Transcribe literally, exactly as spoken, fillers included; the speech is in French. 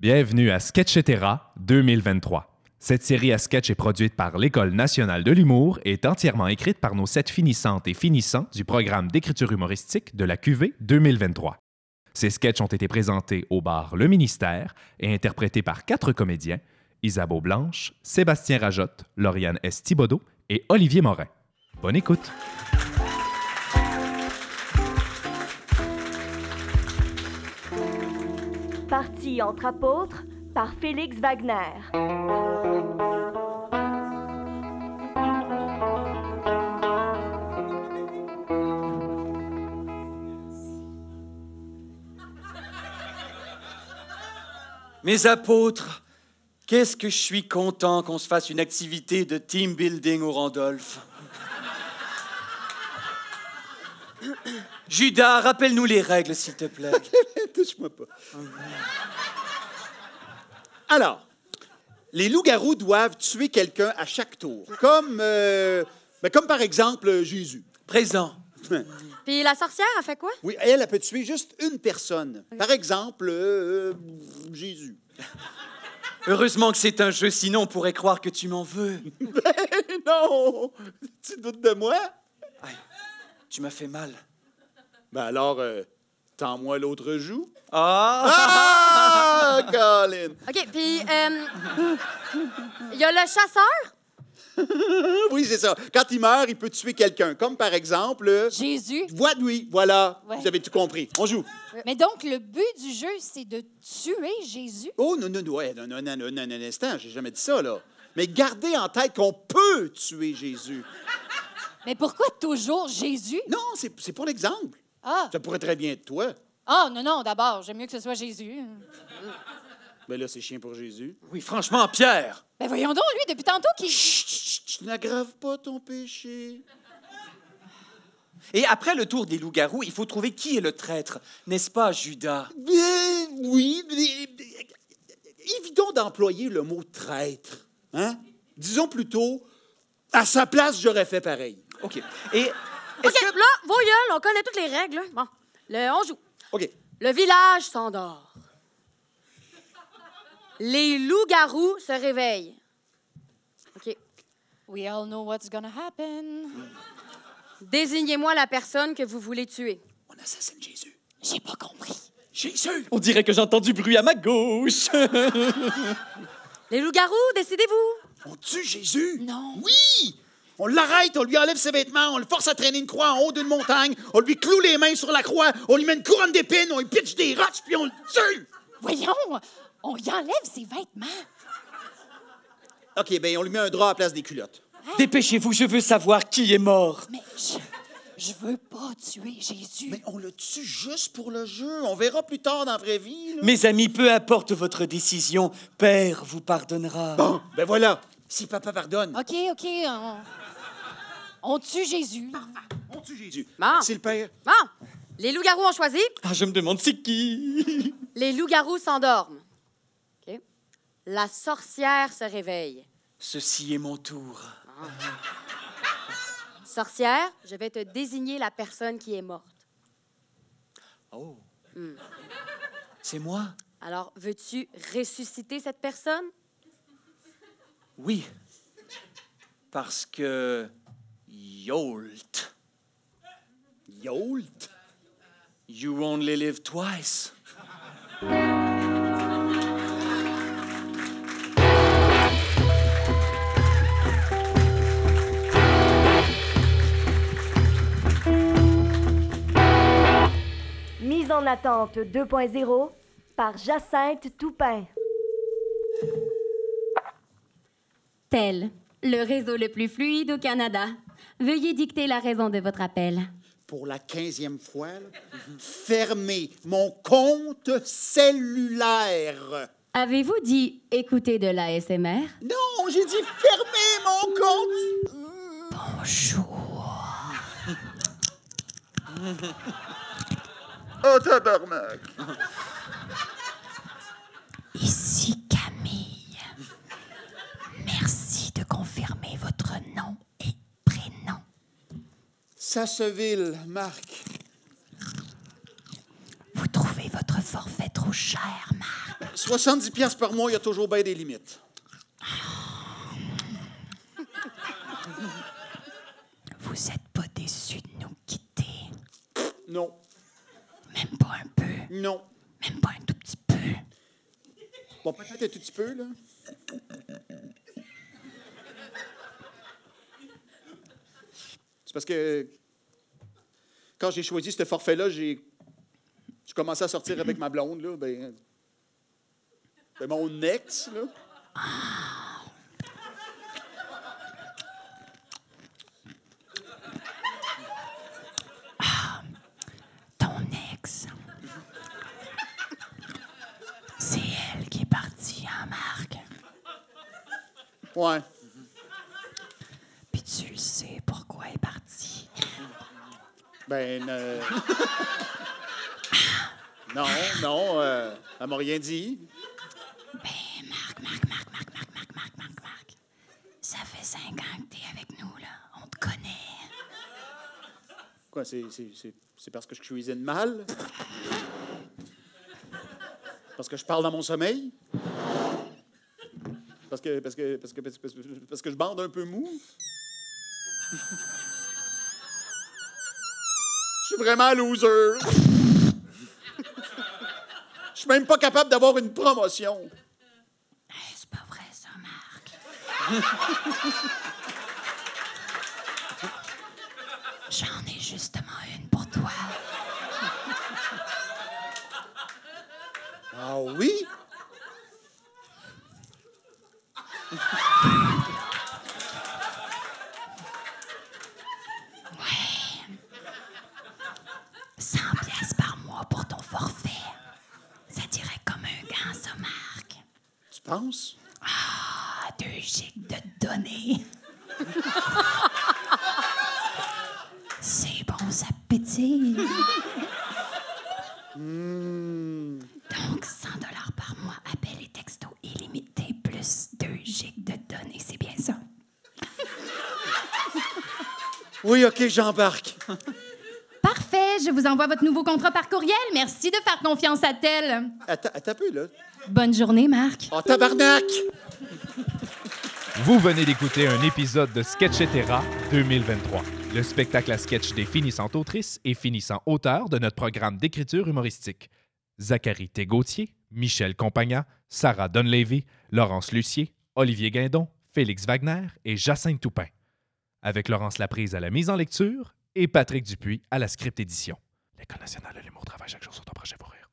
Bienvenue à Sketchetera deux mille vingt-trois. Cette série à sketch est produite par l'École nationale de l'humour et est entièrement écrite par nos sept finissantes et finissants du programme d'écriture humoristique de la Q V deux mille vingt-trois. Ces sketchs ont été présentés au bar Le Ministère et interprétés par quatre comédiens, Isabeau Blanche, Sébastien Rajotte, Lauriane S. Thibodeau et Olivier Morin. Bonne écoute! Parti entre apôtres par Félix Wagner. Mes apôtres, qu'est-ce que je suis content qu'on se fasse une activité de team building au Randolph. Judas, rappelle-nous les règles, s'il te plaît. Touche-moi pas. Alors, les loups-garous doivent tuer quelqu'un à chaque tour. Comme, euh, ben, comme par exemple, Jésus. Présent. Puis la sorcière, elle fait quoi? Oui, elle, elle peut tuer juste une personne. Par exemple, euh, Jésus. Heureusement que c'est un jeu, sinon on pourrait croire que tu m'en veux. Ben non! Tu doutes de moi? Aïe, tu m'as fait mal. Ben alors, euh, tends-moi l'autre joue. Ah! Ah, Colin! OK, puis euh, il y a le chasseur. Oui, c'est ça. Quand il meurt, il peut tuer quelqu'un. Comme par exemple... euh, Jésus. Voi- oui, voilà. Ouais. Vous avez tout compris. On joue. Mais donc, le but du jeu, c'est de tuer Jésus? Oh, non, non, non, ouais, non, non, non, non, non, un instant, j'ai jamais dit ça, là. Mais gardez en tête qu'on peut tuer Jésus. Mais pourquoi toujours Jésus? Non, c'est c'est pour l'exemple. Ah, Ça pourrait très bien être toi. ah non, non, d'abord, j'aime mieux que ce soit Jésus. Ben là, c'est chien pour Jésus. Oui, franchement, Pierre. Ben voyons donc, lui, depuis tantôt, qui... Chut, chut, chut, n'aggrave pas ton péché. Et après le tour des loups-garous, il faut trouver qui est le traître. N'est-ce pas, Judas? Bien, oui, mais- évitons d'employer le mot traître. Hein? Disons plutôt, à sa place, j'aurais fait pareil. OK. Et OK, est-ce que... là, vos gueules, on connaît toutes les règles. là. Bon, le, on joue. OK. Le village s'endort. Les loups-garous se réveillent. OK. We all know what's gonna happen. Désignez-moi la personne que vous voulez tuer. On assassine Jésus. J'ai pas compris. Jésus! On dirait que j'entends du bruit à ma gauche. Les loups-garous, décidez-vous. On tue Jésus? Non. Oui! On l'arrête, on lui enlève ses vêtements, on le force à traîner une croix en haut d'une montagne, on lui cloue les mains sur la croix, on lui met une couronne d'épines, on lui pitche des roches, puis on le tue! Voyons, on y enlève ses vêtements. OK, bien, on lui met un drap à la place des culottes. Dépêchez-vous, je veux savoir qui est mort. Mais je, je veux pas tuer Jésus. Mais on le tue juste pour le jeu. On verra plus tard dans la vraie vie. Là. Mes amis, peu importe votre décision, Père vous pardonnera. Bon, ben voilà. Si papa pardonne, OK, OK, on, on tue Jésus. on tue Jésus. Bon. C'est le père. Bon, les loups-garous ont choisi. Ah, je me demande c'est qui. Les loups-garous s'endorment. OK. La sorcière se réveille. Ceci est mon tour. Sorcière, je vais te désigner la personne qui est morte. Oh. C'est moi? Alors, veux-tu ressusciter cette personne? Oui. Parce que... Yolt. Yolt. You only live twice. Mise en attente deux point zéro par Jacinthe Toupin. Tel, le réseau le plus fluide au Canada. Veuillez dicter la raison de votre appel. Pour la quinzième fois, là, fermez mon compte cellulaire. Avez-vous dit écouter de l'A S M R? Non, j'ai dit fermez mon compte. Bonjour. Oh, tabarnak. Ici Camille. Merci de confirmer votre nom et prénom. Sasseville, Marc. Vous trouvez votre forfait trop cher, Marc? soixante-dix piastres par mois, il y a toujours bien des limites. Vous êtes pas déçus de nous quitter? Non. Même pas un peu? Non. Même pas un tout petit peu? Bon, peut-être un tout petit peu, là. C'est parce que quand j'ai choisi ce forfait-là, j'ai j'ai commencé à sortir avec ma blonde, là, ben, ben mon ex, là. Ah, ton ex. C'est elle qui est partie, hein, Marc? Ouais. Puis tu le sais pourquoi elle est partie? Ben, euh... non, non, euh, elle m'a rien dit. Ben, Marc, Marc, Marc, Marc, Marc, Marc, Marc, Marc, Marc. Ça fait cinq ans que t'es avec nous, là. On te connaît. Quoi, c'est, c'est, c'est, c'est parce que je cuisine mal? Parce que je parle dans mon sommeil? Parce que, parce que, parce que, parce que, parce que je bande un peu mou? Je suis vraiment loser. Je suis même pas capable d'avoir une promotion. Hey, c'est pas vrai, ça, Marc. J'en ai justement une pour toi. Ah oui? Ouais. cent piastres par mois pour ton forfait. Ça dirait comme un gant, ça, Marc. Tu penses? Ah, deux gigs de données. C'est bon, ça pétille. Hmm. Donc, cent dollars par mois, appel et texto illimité, plus deux gigs de données. C'est bien ça? Oui, OK, j'embarque. Parfait, je vous envoie votre nouveau contrat par courriel. Merci de faire confiance à tel. Attends, attends un peu, là. Bonne journée, Marc. Oh, tabarnak! Vous venez d'écouter un épisode de Sketchetera deux mille vingt-trois, le spectacle à sketch des finissantes autrices et finissants auteurs de notre programme d'écriture humoristique. Zachary Thé-Gauthier, Michel Compagnat, Sarah Dunleavy, Laurence Lucier, Olivier Guindon, Félix Wagner et Jacinthe Toupin. Avec Laurence Laprise à la mise en lecture et Patrick Dupuis à la script édition. L'École nationale de l'humour travaille chaque jour sur ton projet pour rire.